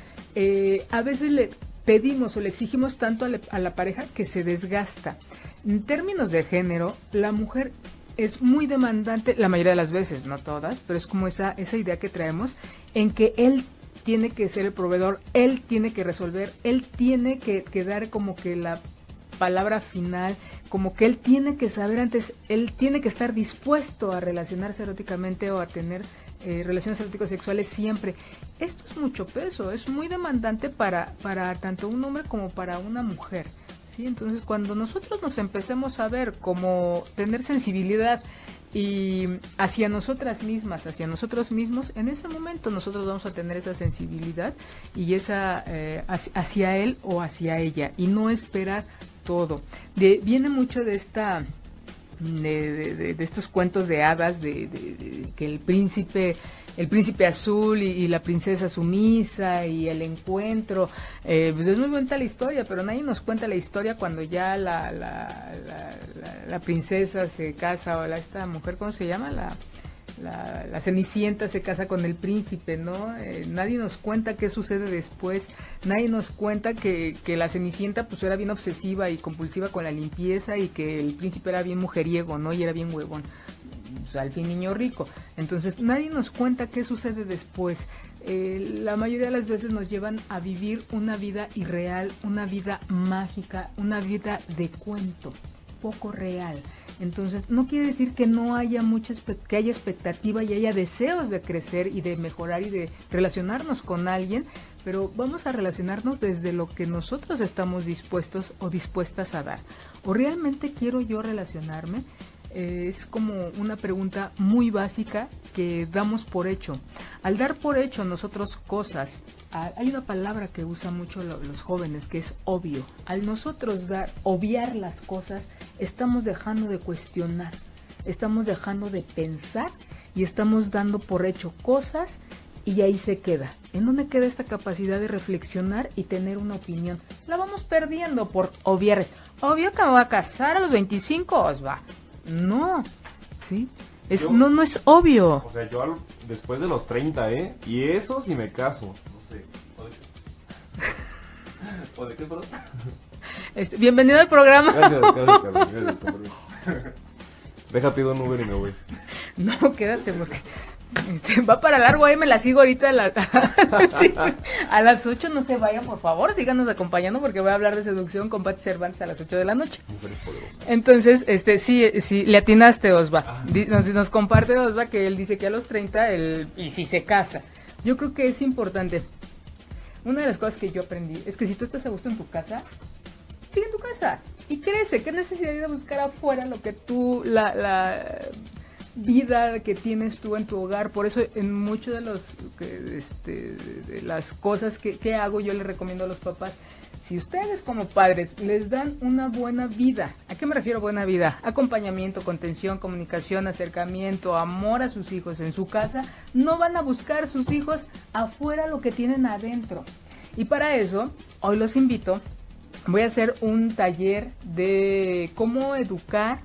Eh, a veces le pedimos o le exigimos tanto a, le, a la pareja que se desgasta. En términos de género, la mujer es muy demandante, la mayoría de las veces, no todas, pero es como esa esa idea que traemos en que él tiene que ser el proveedor, él tiene que resolver, él tiene que, que dar como que la palabra final, como que él tiene que saber antes, él tiene que estar dispuesto a relacionarse eróticamente o a tener eh, relaciones eróticas sexuales siempre. Esto es mucho peso, es muy demandante para, para tanto un hombre como para una mujer, ¿sí? Entonces cuando nosotros nos empecemos a ver como tener sensibilidad y hacia nosotras mismas, hacia nosotros mismos, en ese momento nosotros vamos a tener esa sensibilidad y esa eh, hacia él o hacia ella y no esperar todo. De, viene mucho de esta de, de, de, de estos cuentos de hadas de, de, de que el príncipe el príncipe azul y, y la princesa sumisa y el encuentro, eh, pues es muy bonita la historia, pero nadie nos cuenta la historia cuando ya la la, la, la, la princesa se casa, o la, esta mujer, ¿cómo se llama? La, la, la cenicienta se casa con el príncipe, ¿no? Eh, nadie nos cuenta qué sucede después, nadie nos cuenta que, que la cenicienta pues era bien obsesiva y compulsiva con la limpieza y que el príncipe era bien mujeriego, ¿no? Y era bien huevón. Al fin niño rico. Entonces nadie nos cuenta qué sucede después. Eh, la mayoría de las veces nos llevan a vivir una vida irreal, una vida mágica, una vida de cuento, poco real. Entonces no quiere decir que no haya mucha que haya expectativa y haya deseos de crecer y de mejorar y de relacionarnos con alguien, pero vamos a relacionarnos desde lo que nosotros estamos dispuestos o dispuestas a dar. ¿O realmente quiero yo relacionarme? Es como una pregunta muy básica que damos por hecho. Al dar por hecho nosotros cosas, hay una palabra que usan mucho los jóvenes que es obvio. Al nosotros dar, obviar las cosas, estamos dejando de cuestionar, estamos dejando de pensar y estamos dando por hecho cosas y ahí se queda. ¿En dónde queda esta capacidad de reflexionar y tener una opinión? La vamos perdiendo por obviar. Obvio que me voy a casar a los veinticinco, Osva. No, ¿sí? Es, yo, no, no es obvio. O sea, yo al, después de los treinta, ¿eh? Y eso si me caso, no sé. ¿O de qué, perdón? Este, bienvenido al programa. Gracias, gracias, Carlos, gracias, Carlos. Deja, pido un Uber y me voy. No, quédate porque este, va para largo, ahí me la sigo ahorita a, la, sí, a las ocho, no se vayan, por favor, síganos acompañando porque voy a hablar de seducción con Pati Cervantes a las ocho de la noche. Entonces, este, sí, sí, le atinaste, Osva. Ah. Nos, nos comparte Osva que él dice que a los treinta, él, y si se casa. Yo creo que es importante. Una de las cosas que yo aprendí es que si tú estás a gusto en tu casa, sigue en tu casa y crece. ¿Qué necesidad de buscar afuera lo que tú, la, la vida que tienes tú en tu hogar? Por eso en muchos de los que, este, de las cosas que, que hago, yo les recomiendo a los papás, si ustedes como padres les dan una buena vida, ¿a qué me refiero buena vida? Acompañamiento, contención, comunicación, acercamiento, amor a sus hijos en su casa, no van a buscar sus hijos afuera lo que tienen adentro. Y para eso, hoy los invito, voy a hacer un taller de cómo educar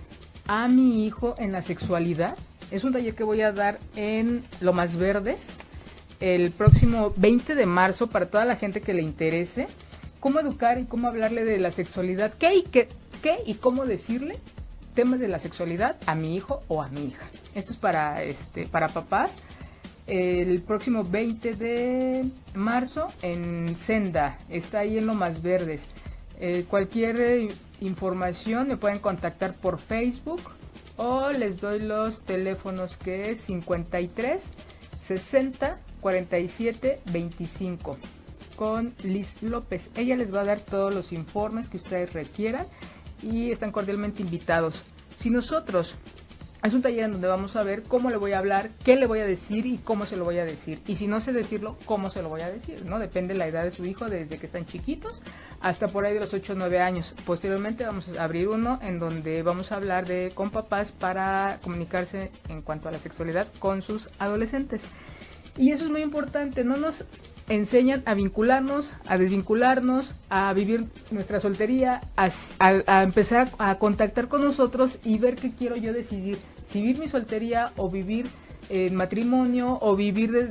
a mi hijo en la sexualidad. Es un taller que voy a dar en Lomas Verdes el próximo veinte de marzo para toda la gente que le interese. Cómo educar y cómo hablarle de la sexualidad, qué y qué, qué y cómo decirle temas de la sexualidad a mi hijo o a mi hija. Esto es para este para papás. El próximo veinte de marzo en Senda, está ahí en Lomas Verdes. Eh, cualquier eh, información me pueden contactar por Facebook o les doy los teléfonos que es cincuenta y tres, sesenta, cuarenta y siete, veinticinco. Con Liz López. Ella les va a dar todos los informes que ustedes requieran y están cordialmente invitados. Si nosotros, es un taller en donde vamos a ver cómo le voy a hablar, qué le voy a decir y cómo se lo voy a decir. Y si no sé decirlo, cómo se lo voy a decir, ¿no? Depende de la edad de su hijo, desde que están chiquitos hasta por ahí de los ocho o nueve años. Posteriormente vamos a abrir uno en donde vamos a hablar de con papás para comunicarse en cuanto a la sexualidad con sus adolescentes. Y eso es muy importante, no nos enseñan a vincularnos, a desvincularnos, a vivir nuestra soltería, a, a, a empezar a contactar con nosotros y ver qué quiero yo decidir, si vivir mi soltería o vivir en matrimonio o vivir de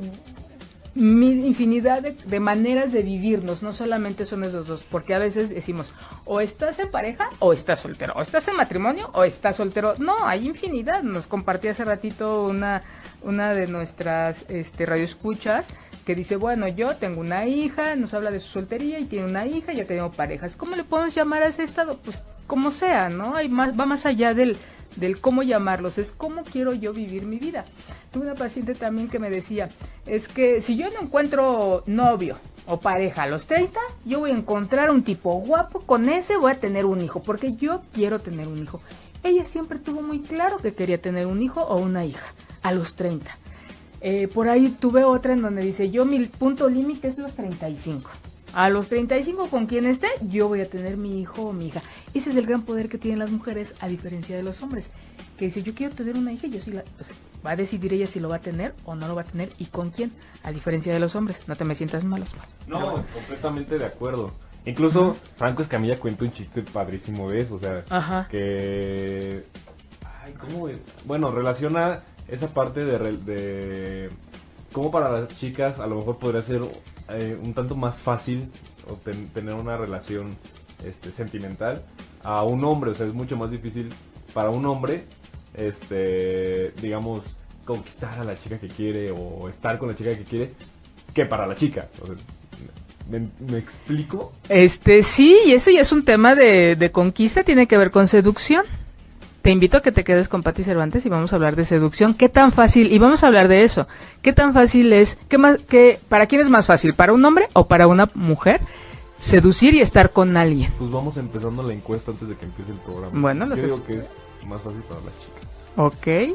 mi infinidad de, de maneras de vivirnos, no solamente son esos dos, porque a veces decimos, o estás en pareja o estás soltero, o estás en matrimonio o estás soltero. No, hay infinidad. Nos compartí hace ratito una, una de nuestras este, radioescuchas que dice, bueno, yo tengo una hija, nos habla de su soltería y tiene una hija, ya tenemos parejas. ¿Cómo le podemos llamar a ese estado? Pues como sea, ¿no? Hay más, va más allá del, del cómo llamarlos, es cómo quiero yo vivir mi vida. Tuve una paciente también que me decía, es que si yo no encuentro novio o pareja a los treinta, yo voy a encontrar un tipo guapo, con ese voy a tener un hijo, porque yo quiero tener un hijo. Ella siempre tuvo muy claro que quería tener un hijo o una hija a los treinta. Eh, por ahí tuve otra en donde dice, yo mi punto límite es los treinta y cinco. A los treinta y cinco con quien esté, yo voy a tener mi hijo o mi hija. Ese es el gran poder que tienen las mujeres a diferencia de los hombres. Que dice, yo quiero tener una hija, yo sí la... O sea, va a decidir ella si lo va a tener o no lo va a tener y con quién, a diferencia de los hombres. No te me sientas mal, Osmar. No, bueno, completamente de acuerdo. Incluso uh-huh. Franco Escamilla cuenta un chiste padrísimo de eso, o sea, uh-huh. que... Ay, ¿cómo es? Bueno, relaciona esa parte de, de cómo para las chicas a lo mejor podría ser eh, un tanto más fácil o ten, tener una relación este, sentimental a un hombre, o sea, es mucho más difícil para un hombre, este, digamos, conquistar a la chica que quiere o estar con la chica que quiere, que para la chica. O sea, ¿me, ¿me explico? Este, sí, y eso ya es un tema de, de conquista, tiene que ver con seducción. Te invito a que te quedes con Pati Cervantes y vamos a hablar de seducción. ¿Qué tan fácil? Y vamos a hablar de eso. ¿Qué tan fácil es? ¿Qué más, qué, ¿Para quién es más fácil? ¿Para un hombre o para una mujer? Seducir y estar con alguien. Pues vamos empezando la encuesta antes de que empiece el programa. Bueno, lo Yo sé. digo que es más fácil para las chicas. Ok.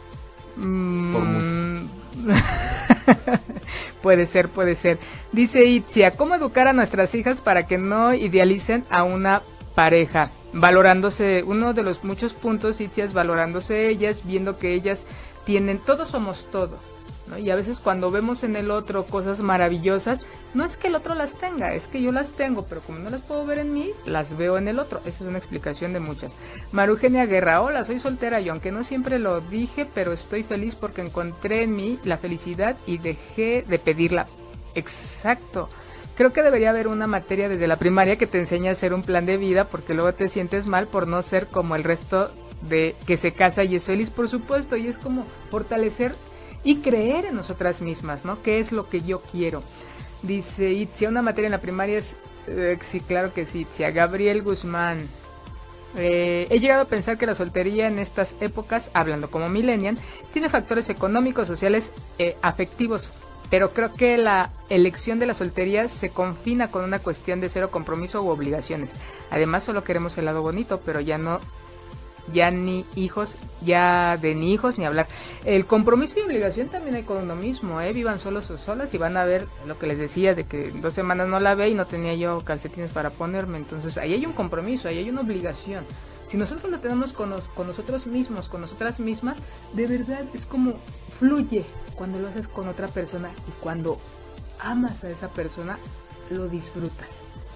Por mucho. Puede ser, puede ser. Dice Itzia, ¿cómo educar a nuestras hijas para que no idealicen a una pareja? Valorándose, uno de los muchos puntos, Itzia, es valorándose ellas, viendo que ellas tienen, todos somos todo, ¿no? Y a veces cuando vemos en el otro cosas maravillosas, no es que el otro las tenga, es que yo las tengo, pero como no las puedo ver en mí, las veo en el otro. Esa es una explicación de muchas. Marugenia Guerra, hola, soy soltera yo, aunque no siempre lo dije, pero estoy feliz porque encontré en mí la felicidad y dejé de pedirla. Exacto. Creo que debería haber una materia desde la primaria que te enseñe a hacer un plan de vida, porque luego te sientes mal por no ser como el resto de que se casa y es feliz, por supuesto, y es como fortalecer y creer en nosotras mismas, ¿no? ¿Qué es lo que yo quiero? Dice Itzia, una materia en la primaria es... Eh, sí, claro que sí, Itzia. Gabriel Guzmán. Eh, he llegado a pensar que la soltería en estas épocas, hablando como millennial, tiene factores económicos, sociales, eh, afectivos. Pero creo que la elección de la soltería se confina con una cuestión de cero compromiso u obligaciones. Además, solo queremos el lado bonito, pero ya no, ya ni hijos, ya de ni hijos ni hablar. El compromiso y obligación también hay con uno mismo, ¿eh? Vivan solos o solas y van a ver lo que les decía de que en dos semanas no la ve y no tenía yo calcetines para ponerme. Entonces, ahí hay un compromiso, ahí hay una obligación. Si nosotros lo tenemos con, nos, con nosotros mismos, con nosotras mismas, de verdad es como fluye cuando lo haces con otra persona y cuando amas a esa persona, lo disfrutas,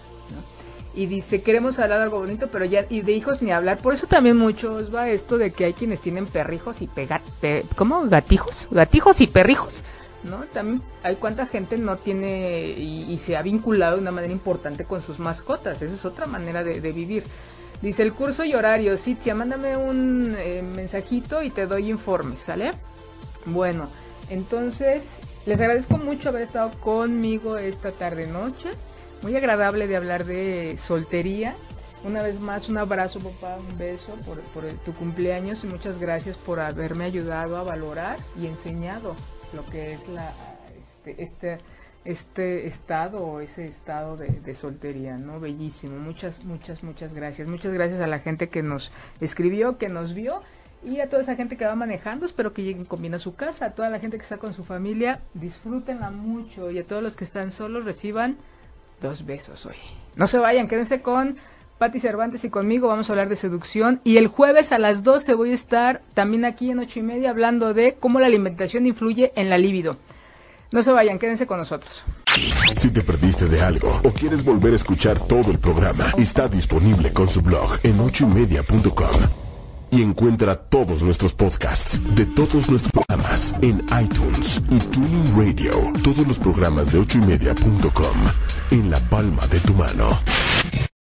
¿no? Y dice, queremos hablar de algo bonito, pero ya, y de hijos ni hablar. Por eso también muchos va esto de que hay quienes tienen perrijos y pega, pe, ¿cómo? Gatijos, gatijos y perrijos, ¿no? También hay cuánta gente no tiene y, y se ha vinculado de una manera importante con sus mascotas. Esa es otra manera de, de vivir. Dice, el curso y horario, Citia, mándame un eh, mensajito y te doy informes, ¿sale? Bueno, entonces, les agradezco mucho haber estado conmigo esta tarde-noche. Muy agradable de hablar de soltería. Una vez más, un abrazo, papá, un beso por, por el, tu cumpleaños y muchas gracias por haberme ayudado a valorar y enseñado lo que es la este este, este estado o ese estado de, de soltería, ¿no? Bellísimo. Muchas, muchas, muchas gracias. Muchas gracias a la gente que nos escribió, que nos vio. Y a toda esa gente que va manejando, espero que lleguen con bien a su casa. A toda la gente que está con su familia, disfrútenla mucho. Y a todos los que están solos, reciban dos besos hoy. No se vayan, quédense con Pati Cervantes y conmigo. Vamos a hablar de seducción. Y el jueves a las doce voy a estar también aquí en ocho y media hablando de cómo la alimentación influye en la libido. No se vayan, quédense con nosotros. Si te perdiste de algo o quieres volver a escuchar todo el programa, está disponible con su blog en ocho y media punto com. Y encuentra todos nuestros podcasts de todos nuestros programas en iTunes y Tuning Radio. Todos los programas de ocho y media punto com en la palma de tu mano.